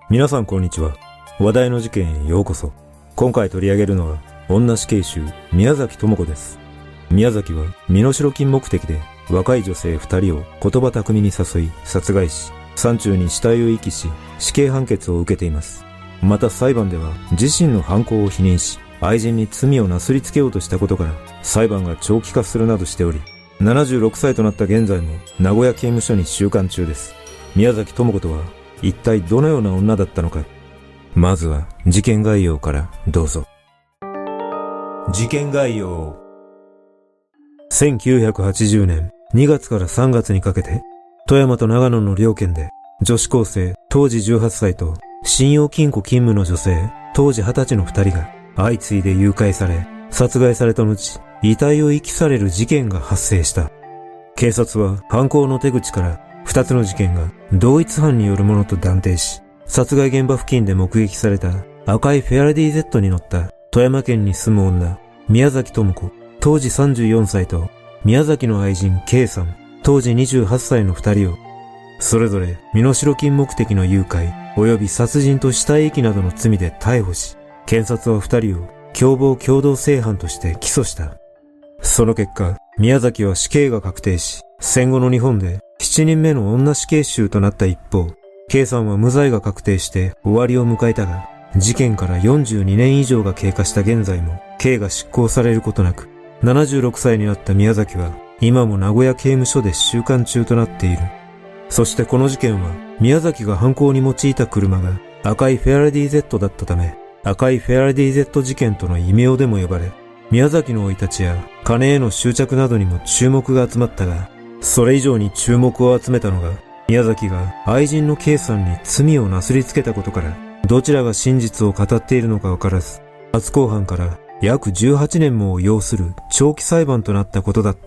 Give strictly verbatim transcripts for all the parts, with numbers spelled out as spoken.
皆さんこんにちは。話題の事件へようこそ。今回取り上げるのは女死刑囚宮崎知子です。宮崎は身代金目的で若い女性二人を言葉巧みに誘い殺害し、山中に死体を遺棄し死刑判決を受けています。また裁判では自身の犯行を否認し、愛人に罪をなすりつけようとしたことから裁判が長期化するなどしており、ななじゅうろくさいとなった現在も名古屋刑務所に収監中です。宮崎知子とは一体どのような女だったのか。まずは事件概要からどうぞ。事件概要。せんきゅうひゃくはちじゅうねんにがつからさんがつにかけて、富山と長野の両県で女子高生当時じゅうはっさいと信用金庫勤務の女性当時はたちの二人が相次いで誘拐され殺害された後、遺体を遺棄される事件が発生した。警察は犯行の手口から二つの事件が同一犯によるものと断定し、殺害現場付近で目撃された赤いフェアレディ Z に乗った富山県に住む女宮崎知子当時さんじゅうよんさいと宮崎の愛人 K さん当時にじゅうはっさいの二人をそれぞれ身代金目的の誘拐及び殺人と死体遺棄などの罪で逮捕し、検察は二人を共謀共同正犯として起訴した。その結果、宮崎は死刑が確定し、戦後の日本でしちにんめの女死刑囚となった一方、K さんは無罪が確定して終わりを迎えたが、事件からよんじゅうにねん以上が経過した現在も K が執行されることなく、ななじゅうろくさいになった宮崎は今も名古屋刑務所で収監中となっている。そしてこの事件は宮崎が犯行に用いた車が赤いフェアレディ Z だったため、赤いフェアレディ Z 事件との異名でも呼ばれ、宮崎の生い立ちや金への執着などにも注目が集まったが、それ以上に注目を集めたのが宮崎が愛人の K さんに罪をなすりつけたことから、どちらが真実を語っているのかわからず、初公判から約じゅうはちねんもを要する長期裁判となったことだった。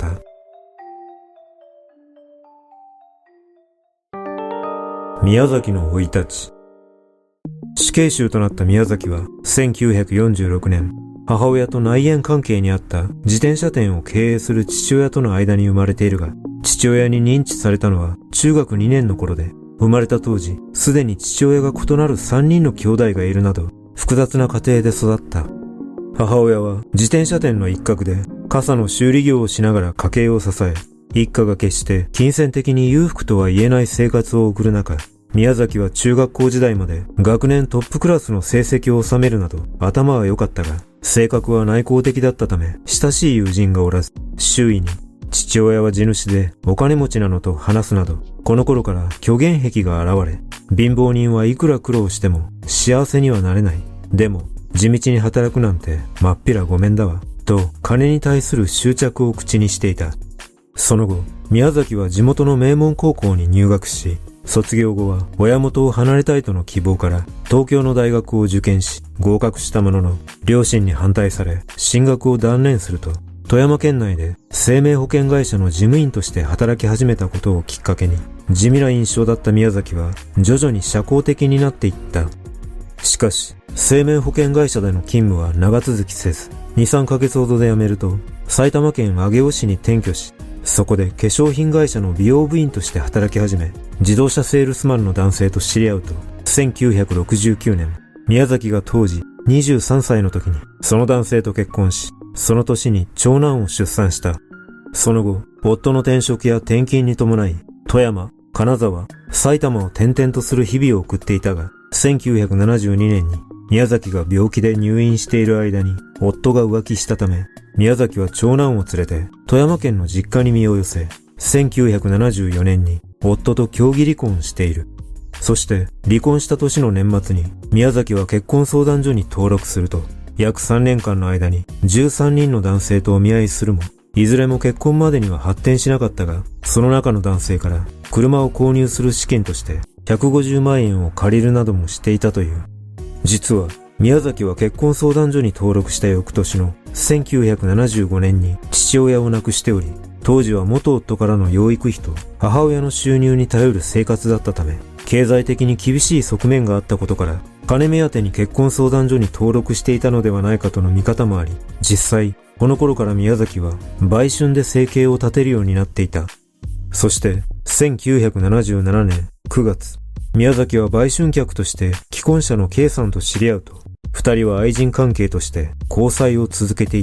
宮崎の生い立ち。死刑囚となった宮崎はせんきゅうひゃくよんじゅうろくねん、母親と内縁関係にあった自転車店を経営する父親との間に生まれているが、父親に認知されたのは中学にねんの頃で、生まれた当時、すでに父親が異なるさんにんの兄弟がいるなど、複雑な家庭で育った。母親は自転車店の一角で傘の修理業をしながら家計を支え、一家が決して金銭的に裕福とは言えない生活を送る中、宮崎は中学校時代まで学年トップクラスの成績を収めるなど頭は良かったが、性格は内向的だったため親しい友人がおらず、周囲に父親は地主でお金持ちなのと話すなど、この頃から虚言癖が現れ、貧乏人はいくら苦労しても幸せにはなれない。でも地道に働くなんてまっぴらごめんだわと金に対する執着を口にしていた。その後、宮崎は地元の名門高校に入学し、卒業後は親元を離れたいとの希望から東京の大学を受験し合格したものの、両親に反対され進学を断念すると、富山県内で生命保険会社の事務員として働き始めたことをきっかけに、地味な印象だった宮崎は徐々に社交的になっていった。しかし生命保険会社での勤務は長続きせず、に、さんかげつほどで辞めると埼玉県上尾市に転居し、そこで化粧品会社の美容部員として働き始め、自動車セールスマンの男性と知り合うと、せんきゅうひゃくろくじゅうきゅうねん、宮崎が当時にじゅうさんさいの時にその男性と結婚し、その年に長男を出産した。その後、夫の転職や転勤に伴い、富山、金沢、埼玉を転々とする日々を送っていたが、せんきゅうひゃくななじゅうにねんに宮崎が病気で入院している間に夫が浮気したため、宮崎は長男を連れて富山県の実家に身を寄せ、せんきゅうひゃくななじゅうよねんに夫と協議離婚している。そして離婚した年の年末に宮崎は結婚相談所に登録すると、約さんねんかんの間にじゅうさんにんの男性とお見合いするも、いずれも結婚までには発展しなかったが、その中の男性から車を購入する資金としてひゃくごじゅうまんえんを借りるなどもしていたという。実は宮崎は結婚相談所に登録した翌年のせんきゅうひゃくななじゅうごねんに父親を亡くしており、当時は元夫からの養育費と母親の収入に頼る生活だったため、経済的に厳しい側面があったことから、金目当てに結婚相談所に登録していたのではないかとの見方もあり、実際この頃から宮崎は売春で生計を立てるようになっていた。そしてせんきゅうひゃくななじゅうななねんくがつ、 宮崎は売春客として既婚者の K さんと知り合うと、二人は愛人関係として交際を続けていった。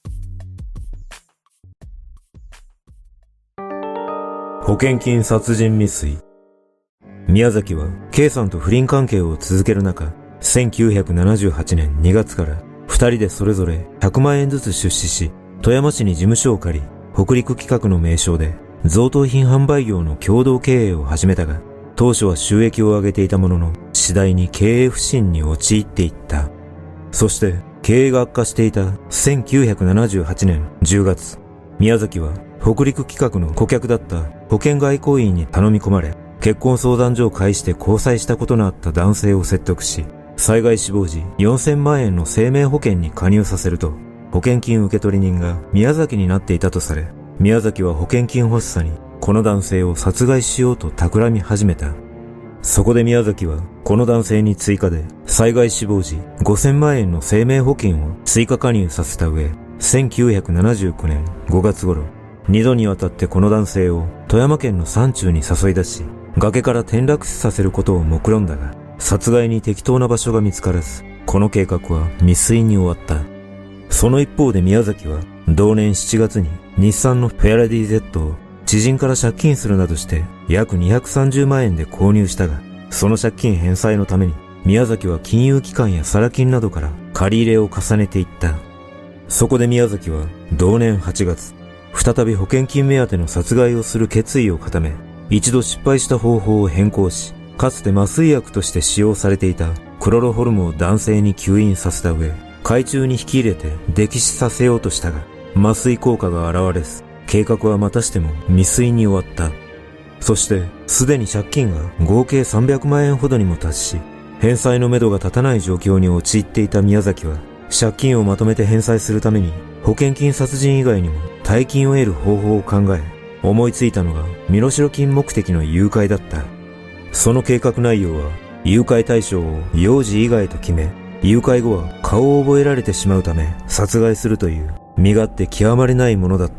保険金殺人未遂。宮崎は K さんと不倫関係を続ける中、せんきゅうひゃくななじゅうはちねんにがつから二人でそれぞれひゃくまんえんずつ出資し、富山市に事務所を借り、北陸企画の名称で贈答品販売業の共同経営を始めたが、当初は収益を上げていたものの、次第に経営不振に陥っていった。そして経営が悪化していたせんきゅうひゃくななじゅうはちねんじゅうがつ、宮崎は北陸企画の顧客だった保険外交員に頼み込まれ、結婚相談所を介して交際したことのあった男性を説得し、災害死亡時よんせんまんえんの生命保険に加入させると、保険金受取人が宮崎になっていたとされ、宮崎は保険金欲しさにこの男性を殺害しようと企み始めた。そこで宮崎はこの男性に追加で災害死亡時ごせんまんえんの生命保険を追加加入させた上、せんきゅうひゃくななじゅうきゅうねんごがつ頃、二度にわたってこの男性を富山県の山中に誘い出し、崖から転落死させることを目論んだが、殺害に適当な場所が見つからず、この計画は未遂に終わった。その一方で宮崎は同年しちがつに日産のフェアレディ Z を知人から借金するなどして約にひゃくさんじゅうまんえんで購入したが、その借金返済のために宮崎は金融機関やサラ金などから借り入れを重ねていった。そこで宮崎は同年はちがつ、再び保険金目当ての殺害をする決意を固め、一度失敗した方法を変更し、かつて麻酔薬として使用されていたクロロホルムを男性に吸引させた上、海中に引き入れて溺死させようとしたが、麻酔効果が現れず、計画はまたしても未遂に終わった。そして、すでに借金が合計さんびゃくまんえんほどにも達し、返済のめどが立たない状況に陥っていた宮崎は、借金をまとめて返済するために、保険金殺人以外にも大金を得る方法を考え、思いついたのが身代金目的の誘拐だった。その計画内容は、誘拐対象を幼児以外と決め、誘拐後は顔を覚えられてしまうため殺害するという身勝手極まりないものだった。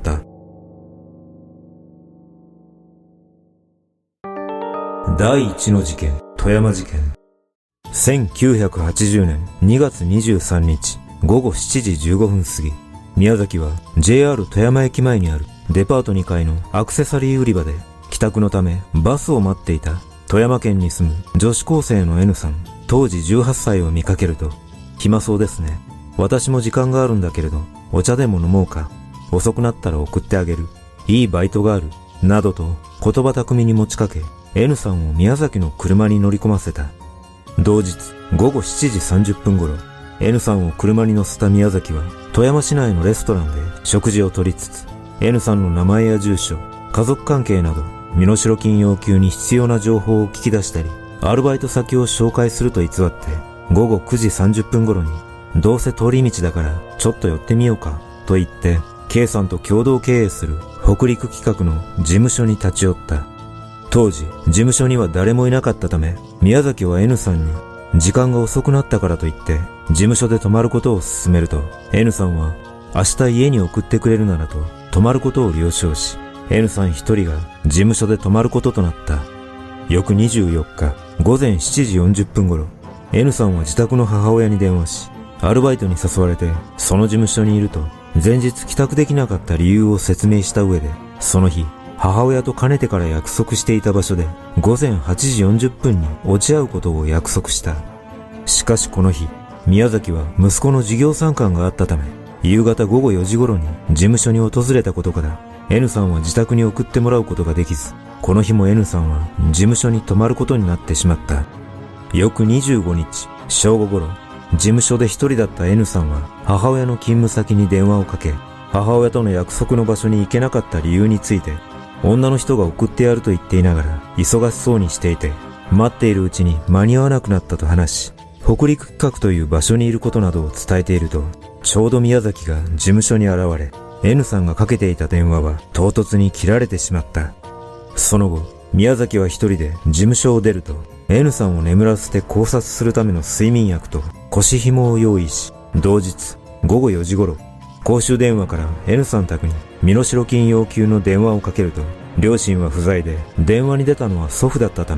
第一の事件、富山事件。せんきゅうひゃくはちじゅうねんにがつにじゅうさんにちごごしちじじゅうごふん過ぎ、宮崎は ジェイアール 富山駅前にあるデパートにかいのアクセサリー売り場で帰宅のためバスを待っていた富山県に住む女子高生の N さん、当時じゅうはっさいを見かけると、暇そうですね。私も時間があるんだけれど、お茶でも飲もうか。遅くなったら送ってあげる。いいバイトがある。などと言葉巧みに持ちかけ、N さんを宮崎の車に乗り込ませた。同日ごごしちじさんじゅっぷん頃、N さんを車に乗せた宮崎は富山市内のレストランで食事をとりつつ、N さんの名前や住所、家族関係など身代金要求に必要な情報を聞き出したり、アルバイト先を紹介すると偽ってごごくじさんじゅっぷん頃に、どうせ通り道だからちょっと寄ってみようかと言って K さんと共同経営する北陸企画の事務所に立ち寄った。当時事務所には誰もいなかったため、宮崎は N さんに時間が遅くなったからと言って事務所で泊まることを勧めると、 N さんは明日家に送ってくれるならと泊まることを了承し、 N さん一人が事務所で泊まることとなった。翌にじゅうよっかごぜんしちじよんじゅっぷん頃、 N さんは自宅の母親に電話し、アルバイトに誘われてその事務所にいると前日帰宅できなかった理由を説明した上で、その日母親とかねてから約束していた場所でごぜんはちじよんじゅっぷんに落ち合うことを約束した。しかしこの日、宮崎は息子の授業参観があったため、夕方ごごよじ頃に事務所に訪れたことから N さんは自宅に送ってもらうことができず、この日も N さんは事務所に泊まることになってしまった。翌にじゅうごにち正午頃、事務所で一人だった N さんは母親の勤務先に電話をかけ、母親との約束の場所に行けなかった理由について、女の人が送ってやると言っていながら忙しそうにしていて、待っているうちに間に合わなくなったと話し、北陸企画という場所にいることなどを伝えていると、ちょうど宮崎が事務所に現れ、N さんがかけていた電話は唐突に切られてしまった。その後、宮崎は一人で事務所を出ると、N さんを眠らせて考察するための睡眠薬と腰紐を用意し、同日ごごよじ頃、公衆電話から N さん宅に身代金要求の電話をかけると、両親は不在で電話に出たのは祖父だったため、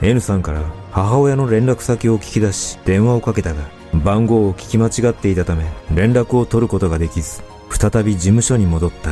N さんから母親の連絡先を聞き出し電話をかけたが、番号を聞き間違っていたため連絡を取ることができず、再び事務所に戻った。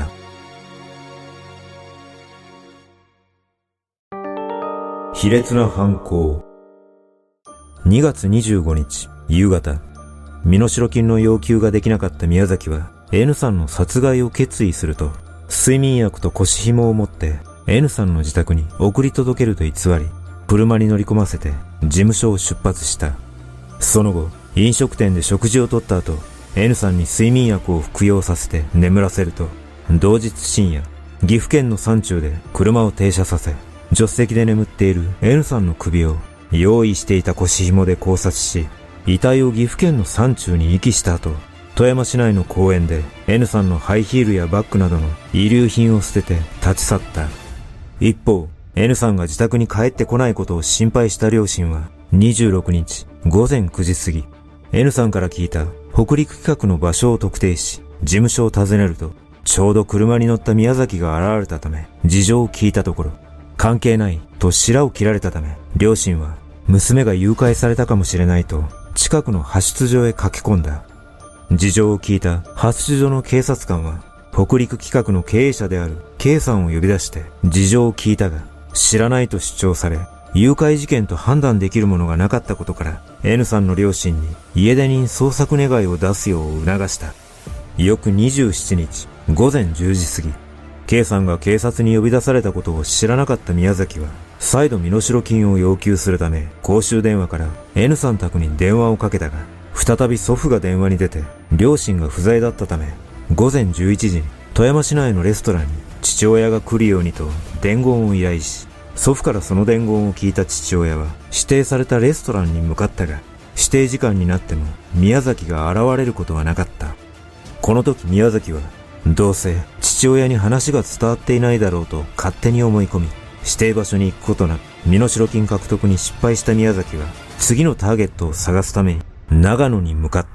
卑劣な犯行。にがつにじゅうごにち夕方、身代金の要求ができなかった宮崎は N さんの殺害を決意すると、睡眠薬と腰紐を持って N さんの自宅に送り届けると偽り、車に乗り込ませて事務所を出発した。その後、飲食店で食事をとった後、N さんに睡眠薬を服用させて眠らせると、同日深夜、岐阜県の山中で車を停車させ、助手席で眠っている N さんの首を用意していた腰紐で絞殺し、遺体を岐阜県の山中に遺棄した後、富山市内の公園で N さんのハイヒールやバッグなどの遺留品を捨てて立ち去った。一方、N さんが自宅に帰ってこないことを心配した両親は、にじゅうろくにちごぜんくじ過ぎ、N さんから聞いた北陸企画の場所を特定し、事務所を訪ねると、ちょうど車に乗った宮崎が現れたため、事情を聞いたところ、関係ないと白を切られたため、両親は娘が誘拐されたかもしれないと、近くの派出所へ駆け込んだ。事情を聞いた派出所の警察官は、北陸企画の経営者である K さんを呼び出して事情を聞いたが、知らないと主張され、誘拐事件と判断できるものがなかったことから、N さんの両親に家出人捜索願いを出すよう促した。翌にじゅうしちにちごぜんじゅうじ過ぎ、K さんが警察に呼び出されたことを知らなかった宮崎は、再度身代金を要求するため、公衆電話から N さん宅に電話をかけたが、再び祖父が電話に出て、両親が不在だったため、ごぜんじゅういちじに富山市内のレストランに父親が来るようにと伝言を依頼し、祖父からその伝言を聞いた父親は指定されたレストランに向かったが、指定時間になっても宮崎が現れることはなかった。この時宮崎は、どうせ父親に話が伝わっていないだろうと勝手に思い込み、指定場所に行くことなく身代金獲得に失敗した宮崎は、次のターゲットを探すために長野に向かった。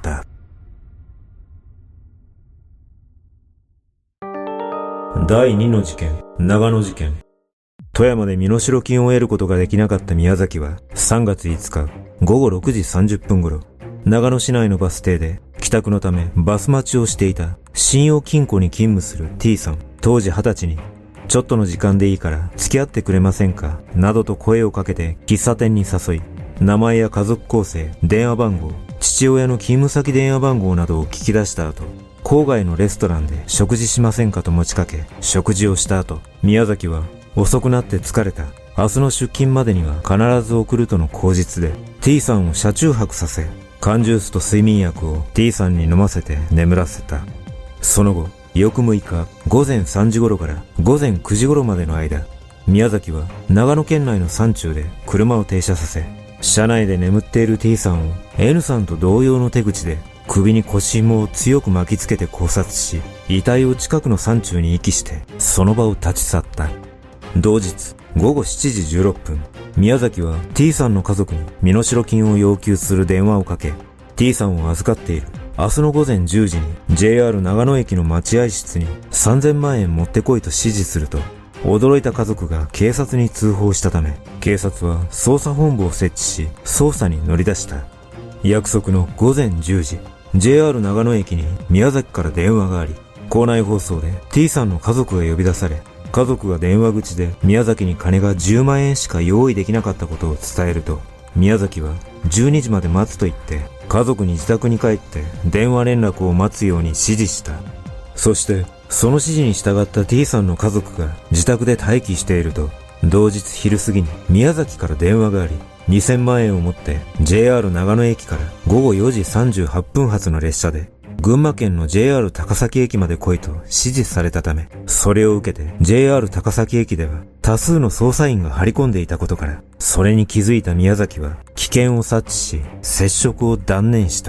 だいにの事件、長野事件。富山で身代金を得ることができなかった宮崎は、さんがついつかごごろくじさんじゅっぷん頃、長野市内のバス停で帰宅のためバス待ちをしていた信用金庫に勤務する T さん、当時はたちに、ちょっとの時間でいいから付き合ってくれませんかなどと声をかけて喫茶店に誘い、名前や家族構成、電話番号、父親の勤務先電話番号などを聞き出した後、郊外のレストランで食事しませんかと持ちかけ、食事をした後、宮崎は遅くなって疲れた。明日の出勤までには必ず送るとの口実で T さんを車中泊させ、缶ジュースと睡眠薬を T さんに飲ませて眠らせた。その後、翌むいかごぜんさんじ頃からごぜんくじ頃までの間、宮崎は長野県内の山中で車を停車させ、車内で眠っている T さんを N さんと同様の手口で首に腰紐を強く巻きつけて絞殺し、遺体を近くの山中に遺棄してその場を立ち去った。同日ごごしちじじゅうろっぷん、宮崎は T さんの家族に身代金を要求する電話をかけ、 T さんを預かっている明日のごぜんじゅうじに ジェイアール 長野駅の待合室にさんぜんまんえん持ってこいと指示すると、驚いた家族が警察に通報したため、警察は捜査本部を設置し捜査に乗り出した。約束のごぜんじゅうじ、ジェイアール 長野駅に宮崎から電話があり、校内放送で T さんの家族が呼び出され、家族が電話口で宮崎に金がじゅうまんえんしか用意できなかったことを伝えると、宮崎はじゅうにじまで待つと言って家族に自宅に帰って電話連絡を待つように指示した。そしてその指示に従った T さんの家族が自宅で待機していると、同日昼過ぎに宮崎から電話があり、にせんまんえんを持って ジェイアール 長野駅からごごよじさんじゅうはっぷん発の列車で群馬県の ジェイアール 高崎駅まで来いと指示されたため、それを受けて ジェイアール 高崎駅では多数の捜査員が張り込んでいたことから、それに気づいた宮崎は危険を察知し接触を断念した。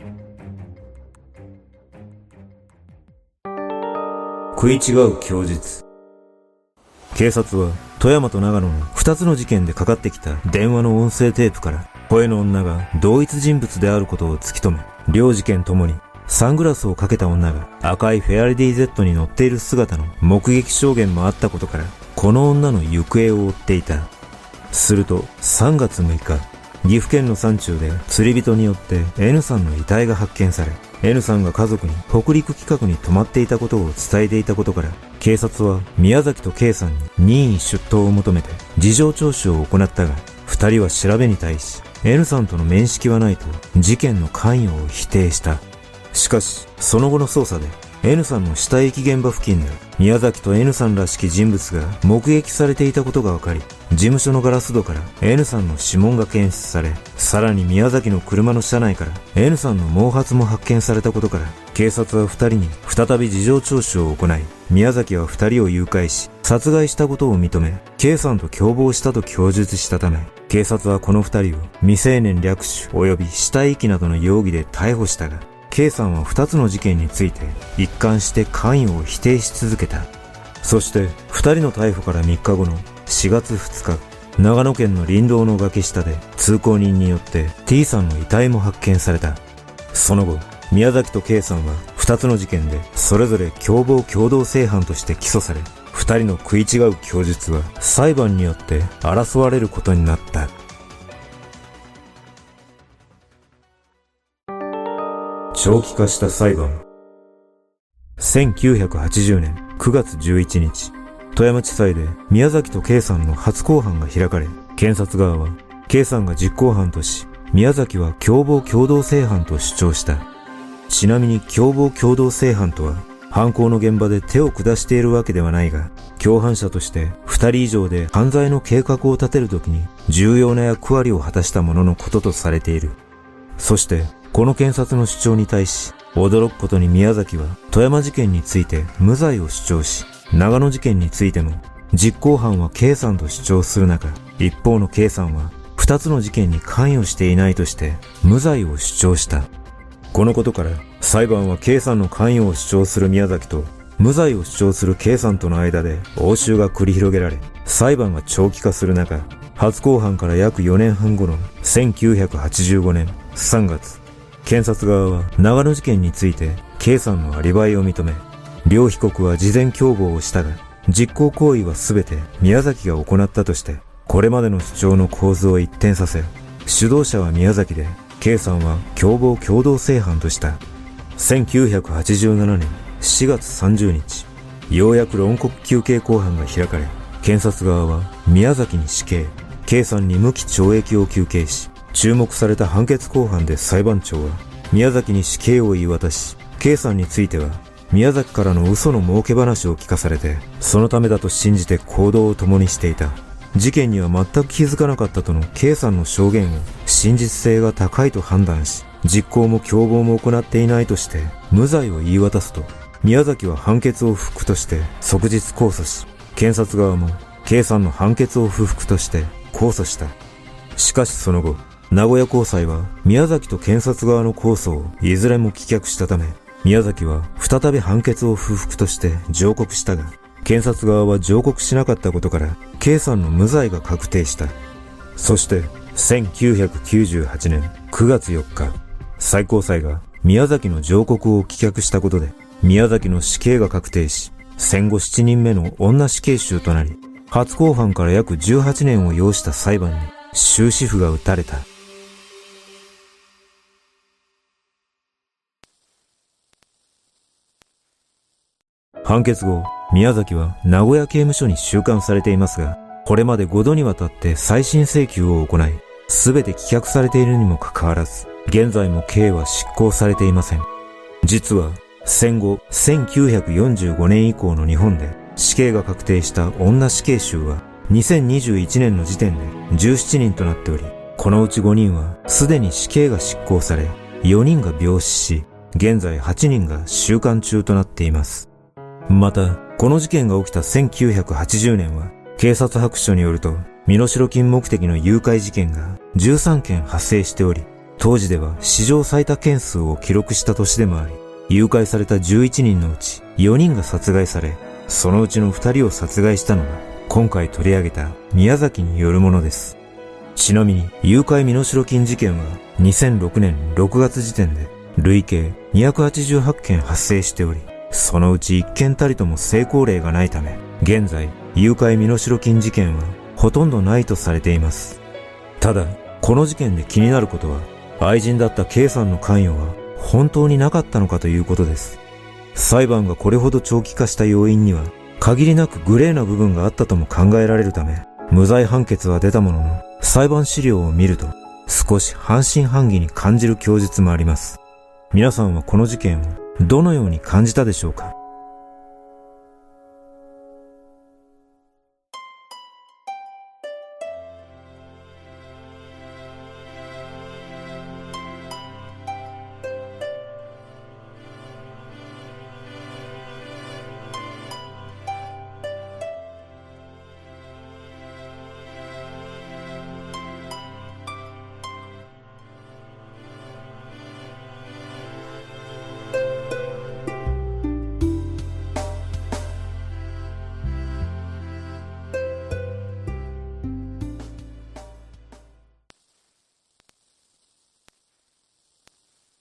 食い違う供述。警察は富山と長野のふたつの事件でかかってきた電話の音声テープから声の女が同一人物であることを突き止め、両事件ともにサングラスをかけた女が赤いフェアレディ Z に乗っている姿の目撃証言もあったことから、この女の行方を追っていた。 するとさんがつむいか、岐阜県の山中で釣り人によって N さんの遺体が発見され、N さんが家族に北陸企画に泊まっていたことを伝えていたことから、警察は宮崎と K さんに任意出頭を求めて事情聴取を行ったが、二人は調べに対し N さんとの面識はないと事件の関与を否定した。しかしその後の捜査で N さんの死体遺棄現場付近で宮崎と N さんらしき人物が目撃されていたことが分かり、事務所のガラス戸から N さんの指紋が検出され、さらに宮崎の車の車内から N さんの毛髪も発見されたことから、警察は二人に再び事情聴取を行い、宮崎は二人を誘拐し殺害したことを認め、 K さんと共謀したと供述したため、警察はこの二人を未成年略取及び死体遺棄などの容疑で逮捕したが、K さんは二つの事件について一貫して関与を否定し続けた。そして二人の逮捕からみっかごのしがつふつか、長野県の林道の崖下で通行人によって T さんの遺体も発見された。その後、宮崎と K さんは二つの事件でそれぞれ共謀共同正犯として起訴され、二人の食い違う供述は裁判によって争われることになった。長期化した裁判。せんきゅうひゃくはちじゅうねんくがつじゅういちにち、富山地裁で宮崎と K さんの初公判が開かれ、検察側は K さんが実行犯とし、宮崎は共謀共同正犯と主張した。ちなみに共謀共同正犯とは、犯行の現場で手を下しているわけではないが、共犯者として二人以上で犯罪の計画を立てるときに重要な役割を果たした者のこととされている。そしてこの検察の主張に対し、驚くことに宮崎は富山事件について無罪を主張し、長野事件についても実行犯は K さんと主張する中、一方の K さんは二つの事件に関与していないとして無罪を主張した。このことから裁判は K さんの関与を主張する宮崎と無罪を主張する K さんとの間で応酬が繰り広げられ、裁判が長期化する中、初公判から約よねんはん後のせんきゅうひゃくはちじゅうごねんさんがつ、検察側は長野事件について K さんのアリバイを認め、両被告は事前共謀をしたが、実行行為は全て宮崎が行ったとして、これまでの主張の構図を一転させ、主導者は宮崎で K さんは共謀共同正犯とした。せんきゅうひゃくはちじゅうななねんしがつさんじゅうにち、ようやく論告求刑公判が開かれ、検察側は宮崎に死刑、K さんに無期懲役を求刑し、注目された判決公判で裁判長は宮崎に死刑を言い渡し、K さんについては宮崎からの嘘の儲け話を聞かされて、そのためだと信じて行動を共にしていた。事件には全く気づかなかったとの K さんの証言を真実性が高いと判断し、実行も共謀も行っていないとして無罪を言い渡すと、宮崎は判決を不服として即日控訴し、検察側も K さんの判決を不服として控訴した。しかしその後、名古屋高裁は宮崎と検察側の控訴をいずれも棄却したため、宮崎は再び判決を不服として上告したが、検察側は上告しなかったことから K さんの無罪が確定した。そしてせんきゅうひゃくきゅうじゅうはちねんくがつよっか、最高裁が宮崎の上告を棄却したことで宮崎の死刑が確定し、戦後しちにんめの女死刑囚となり、初公判から約じゅうはちねんを要した裁判に終止符が打たれた。判決後、宮崎は名古屋刑務所に収監されていますが、これまでごどにわたって再審請求を行い、すべて棄却されているにもかかわらず、現在も刑は執行されていません。実は、戦後せんきゅうひゃくよんじゅうごねん以降の日本で死刑が確定した女死刑囚は、にせんにじゅういちねんの時点でじゅうしちにんとなっており、このうちごにんはすでに死刑が執行され、よにんが病死し、現在はちにんが収監中となっています。また、この事件が起きたせんきゅうひゃくはちじゅうねんは、警察白書によると、身代金目的の誘拐事件がじゅうさんけん発生しており、当時では史上最多件数を記録した年でもあり、誘拐されたじゅういちにんのうちよにんが殺害され、そのうちのふたりを殺害したのが、今回取り上げた宮崎によるものです。ちなみに、誘拐身代金事件はにせんろくねんろくがつ時点で累計にひゃくはちじゅうはちけん発生しており、そのうちいっけんたりとも成功例がないため、現在、誘拐身代金事件はほとんどないとされています。ただ、この事件で気になることは、愛人だった K さんの関与は本当になかったのかということです。裁判がこれほど長期化した要因には、限りなくグレーな部分があったとも考えられるため、無罪判決は出たものの、裁判資料を見ると、少し半信半疑に感じる供述もあります。皆さんはこの事件をどのように感じたでしょうか？